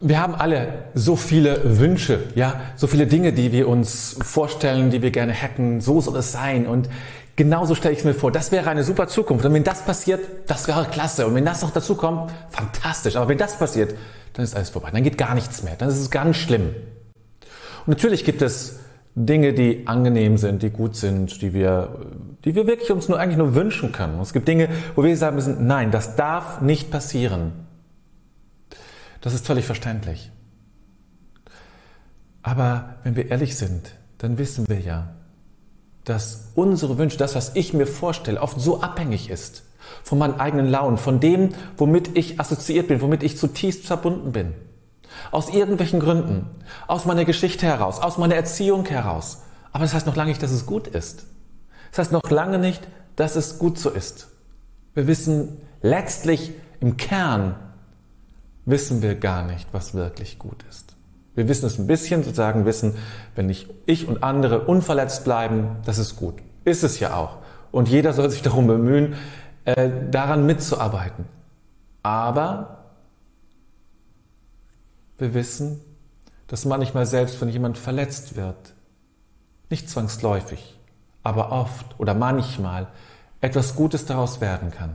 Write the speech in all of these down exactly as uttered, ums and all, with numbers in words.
Wir haben alle so viele Wünsche, ja, so viele Dinge, die wir uns vorstellen, die wir gerne hätten. So soll es sein. Und genauso stelle ich es mir vor. Das wäre eine super Zukunft. Und wenn das passiert, das wäre klasse. Und wenn das noch dazu kommt, fantastisch. Aber wenn das passiert, dann ist alles vorbei. Dann geht gar nichts mehr. Dann ist es ganz schlimm. Und natürlich gibt es Dinge, die angenehm sind, die gut sind, die wir, die wir wirklich uns nur eigentlich nur wünschen können. Und es gibt Dinge, wo wir sagen müssen, nein, das darf nicht passieren. Das ist völlig verständlich. Aber wenn wir ehrlich sind, dann wissen wir ja, dass unsere Wünsche, das, was ich mir vorstelle, oft so abhängig ist von meinen eigenen Launen, von dem, womit ich assoziiert bin, womit ich zutiefst verbunden bin. Aus irgendwelchen Gründen, aus meiner Geschichte heraus, aus meiner Erziehung heraus. Aber das heißt noch lange nicht, dass es gut ist. Das heißt noch lange nicht, dass es gut so ist. Wir wissen letztlich im Kern, wissen wir gar nicht, was wirklich gut ist. Wir wissen es ein bisschen, sozusagen wissen, wenn ich, ich und andere unverletzt bleiben, das ist gut. Ist es ja auch. Und jeder soll sich darum bemühen, äh, daran mitzuarbeiten. Aber wir wissen, dass manchmal selbst, wenn jemand verletzt wird, nicht zwangsläufig, aber oft oder manchmal etwas Gutes daraus werden kann.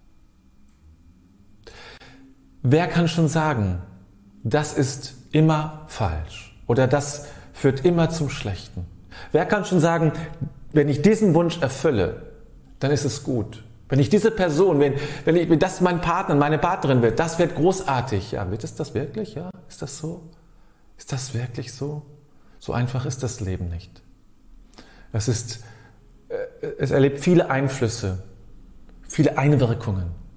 Wer kann schon sagen, das ist immer falsch oder das führt immer zum Schlechten? Wer kann schon sagen, wenn ich diesen Wunsch erfülle, dann ist es gut? Wenn ich diese Person, wenn, wenn, ich, wenn das mein Partner, meine Partnerin wird, das wird großartig. Ja, wird es das wirklich? Ja, ist das so? Ist das wirklich so? So einfach ist das Leben nicht. Es ist, es erlebt viele Einflüsse, viele Einwirkungen.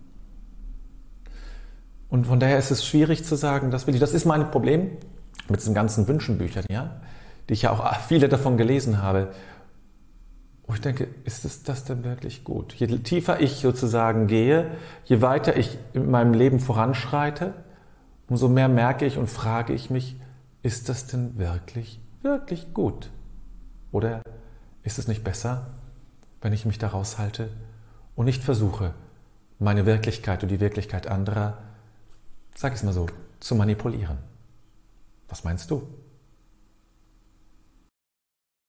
Und von daher ist es schwierig zu sagen, das will ich. Das ist mein Problem mit diesen ganzen Wünschenbüchern, ja, die ich ja auch viele davon gelesen habe. Und ich denke, ist es das denn wirklich gut? Je tiefer ich sozusagen gehe, je weiter ich in meinem Leben voranschreite, umso mehr merke ich und frage ich mich, ist das denn wirklich, wirklich gut? Oder ist es nicht besser, wenn ich mich da raushalte und nicht versuche, meine Wirklichkeit und die Wirklichkeit anderer, sag ich es mal so, zu manipulieren? Was meinst du?